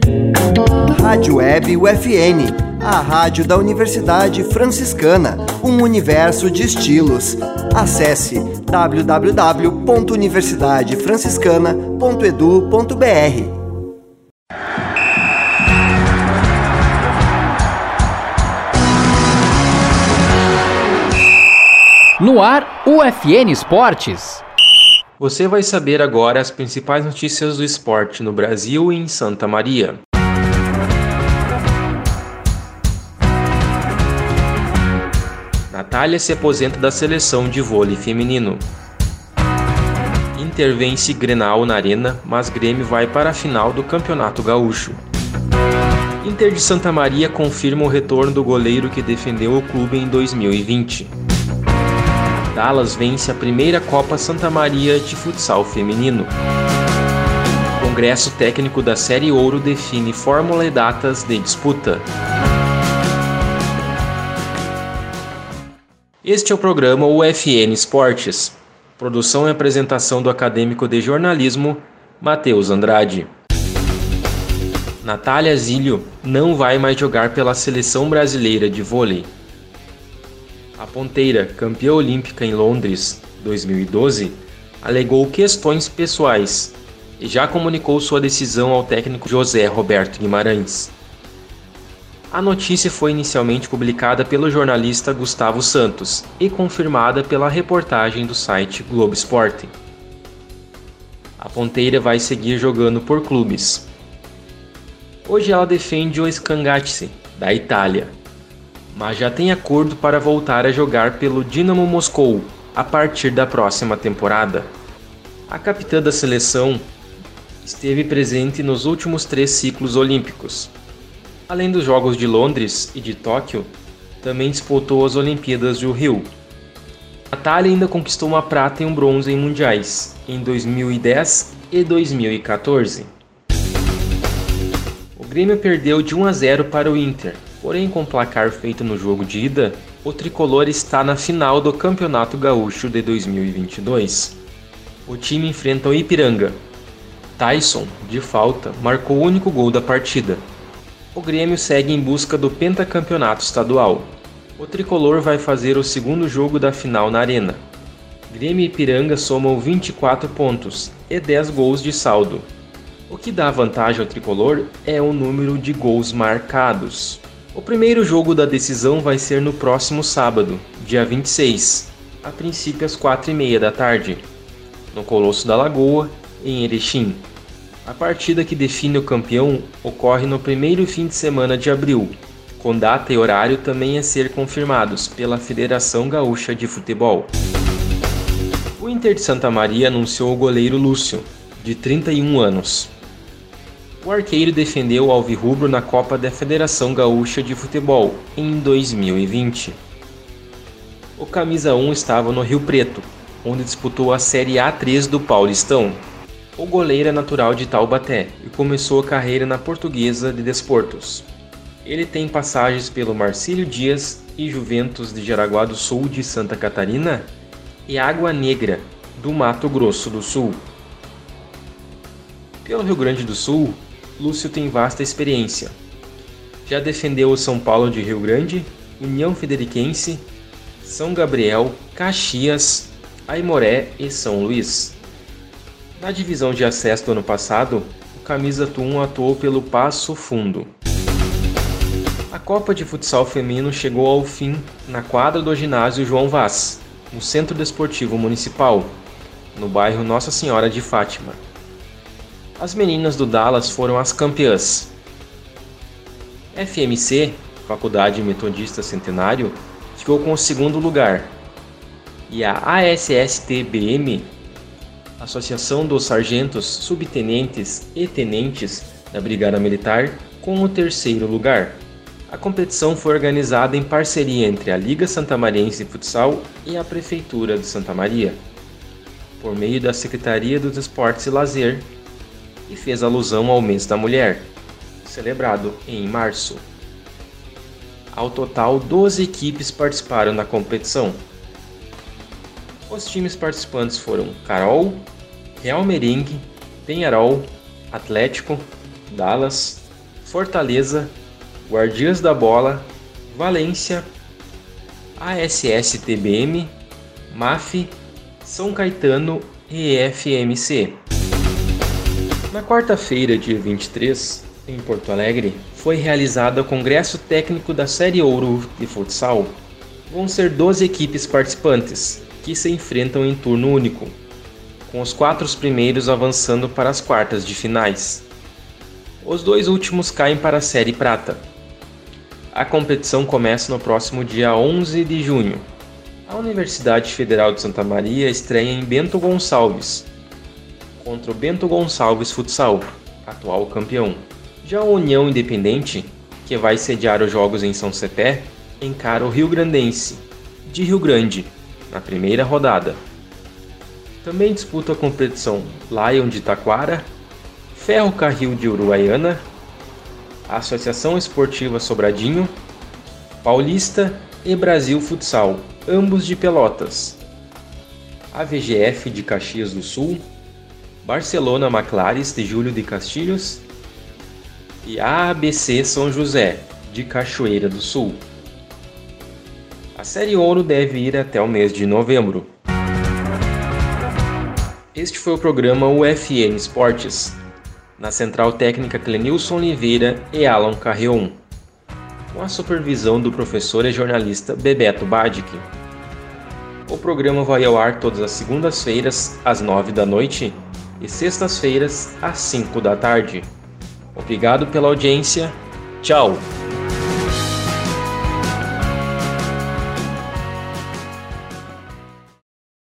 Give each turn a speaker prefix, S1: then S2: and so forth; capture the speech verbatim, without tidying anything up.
S1: Rádio Web U F N, a rádio da Universidade Franciscana, um universo de estilos. Acesse w w w ponto universidade franciscana ponto e d u ponto b r.
S2: No ar, U F N Esportes.
S3: Você vai saber agora as principais notícias do esporte no Brasil e em Santa Maria. Natália se aposenta da seleção de vôlei feminino. Inter vence Grenal na Arena, mas Grêmio vai para a final do Campeonato Gaúcho. Inter de Santa Maria confirma o retorno do goleiro que defendeu o clube em dois mil e vinte. Dallas vence a primeira Copa Santa Maria de futsal feminino. Congresso técnico da Série Ouro define fórmula e datas de disputa. Este é o programa U F N Esportes. Produção e apresentação do acadêmico de jornalismo, Matheus Andrade. Natália Zílio não vai mais jogar pela seleção brasileira de vôlei. A ponteira, campeã olímpica em Londres dois mil e doze, alegou questões pessoais e já comunicou sua decisão ao técnico José Roberto Guimarães. A notícia foi inicialmente publicada pelo jornalista Gustavo Santos e confirmada pela reportagem do site Globo Esporte. A ponteira vai seguir jogando por clubes. Hoje ela defende o Scangatse, da Itália, mas já tem acordo para voltar a jogar pelo Dinamo Moscou a partir da próxima temporada. A capitã da seleção esteve presente nos últimos três ciclos olímpicos. Além dos Jogos de Londres e de Tóquio, também disputou as Olimpíadas do Rio. Natália ainda conquistou uma prata e um bronze em mundiais, em dois mil e dez e dois mil e quatorze. O Grêmio perdeu de um a zero para o Inter. Porém, com o placar feito no jogo de ida, o tricolor está na final do Campeonato Gaúcho de dois mil e vinte e dois. O time enfrenta o Ipiranga. Tyson, de falta, marcou o único gol da partida. O Grêmio segue em busca do pentacampeonato estadual. O tricolor vai fazer o segundo jogo da final na Arena. Grêmio e Ipiranga somam vinte e quatro pontos e dez gols de saldo. O que dá vantagem ao tricolor é o número de gols marcados. O primeiro jogo da decisão vai ser no próximo sábado, dia vinte e seis, a princípio às quatro e meia da tarde, no Colosso da Lagoa, em Erechim. A partida que define o campeão ocorre no primeiro fim de semana de abril, com data e horário também a ser confirmados pela Federação Gaúcha de Futebol. O Inter de Santa Maria anunciou o goleiro Lúcio, de trinta e um anos. O arqueiro defendeu o alvirrubro na Copa da Federação Gaúcha de Futebol, em dois mil e vinte. O camisa um estava no Rio Preto, onde disputou a Série A três do Paulistão. O goleiro é natural de Taubaté e começou a carreira na Portuguesa de Desportos. Ele tem passagens pelo Marcílio Dias e Juventus de Jaraguá do Sul de Santa Catarina e Água Negra, do Mato Grosso do Sul. Pelo Rio Grande do Sul, Lúcio tem vasta experiência. Já defendeu o São Paulo de Rio Grande, União Frederiquense, São Gabriel, Caxias, Aimoré e São Luís. Na divisão de acesso do ano passado, o camisa um atuou pelo Passo Fundo. A Copa de Futsal Feminino chegou ao fim na quadra do ginásio João Vaz, no Centro Desportivo Municipal, no bairro Nossa Senhora de Fátima. As meninas do Dallas foram as campeãs. F M C, Faculdade Metodista Centenário, ficou com o segundo lugar. E a A S S T B M, Associação dos Sargentos, Subtenentes e Tenentes da Brigada Militar, com o terceiro lugar. A competição foi organizada em parceria entre a Liga Santamariense de Futsal e a Prefeitura de Santa Maria, por meio da Secretaria dos Esportes e Lazer, e fez alusão ao Mês da Mulher, celebrado em março. Ao total, doze equipes participaram da competição. Os times participantes foram Carol, Real Merengue, Penharol, Atlético, Dallas, Fortaleza, Guardiãs da Bola, Valência, A S S T B M, M A F, São Caetano e E F M C. Na quarta-feira, dia vinte e três, em Porto Alegre, foi realizado o Congresso Técnico da Série Ouro de Futsal. Vão ser doze equipes participantes, que se enfrentam em turno único, com os quatro primeiros avançando para as quartas de finais. Os dois últimos caem para a Série Prata. A competição começa no próximo dia onze de junho. A Universidade Federal de Santa Maria estreia em Bento Gonçalves, contra o Bento Gonçalves Futsal, atual campeão. Já a União Independente, que vai sediar os jogos em São Cepé, encara o Rio Grandense, de Rio Grande, na primeira rodada. Também disputa a competição Lion de Taquara, Ferro Carril de Uruguaiana, Associação Esportiva Sobradinho, Paulista e Brasil Futsal, ambos de Pelotas. A V G F de Caxias do Sul, Barcelona Maclares de Júlio de Castilhos e a A B C São José, de Cachoeira do Sul. A Série Ouro deve ir até o mês de novembro. Este foi o programa U F N Esportes, na Central Técnica Clenilson Oliveira e Alan Carreon, com a supervisão do professor e jornalista Bebeto Badic. O programa vai ao ar todas as segundas-feiras, às nove da noite, e sextas-feiras, às cinco da tarde. Obrigado pela audiência. Tchau!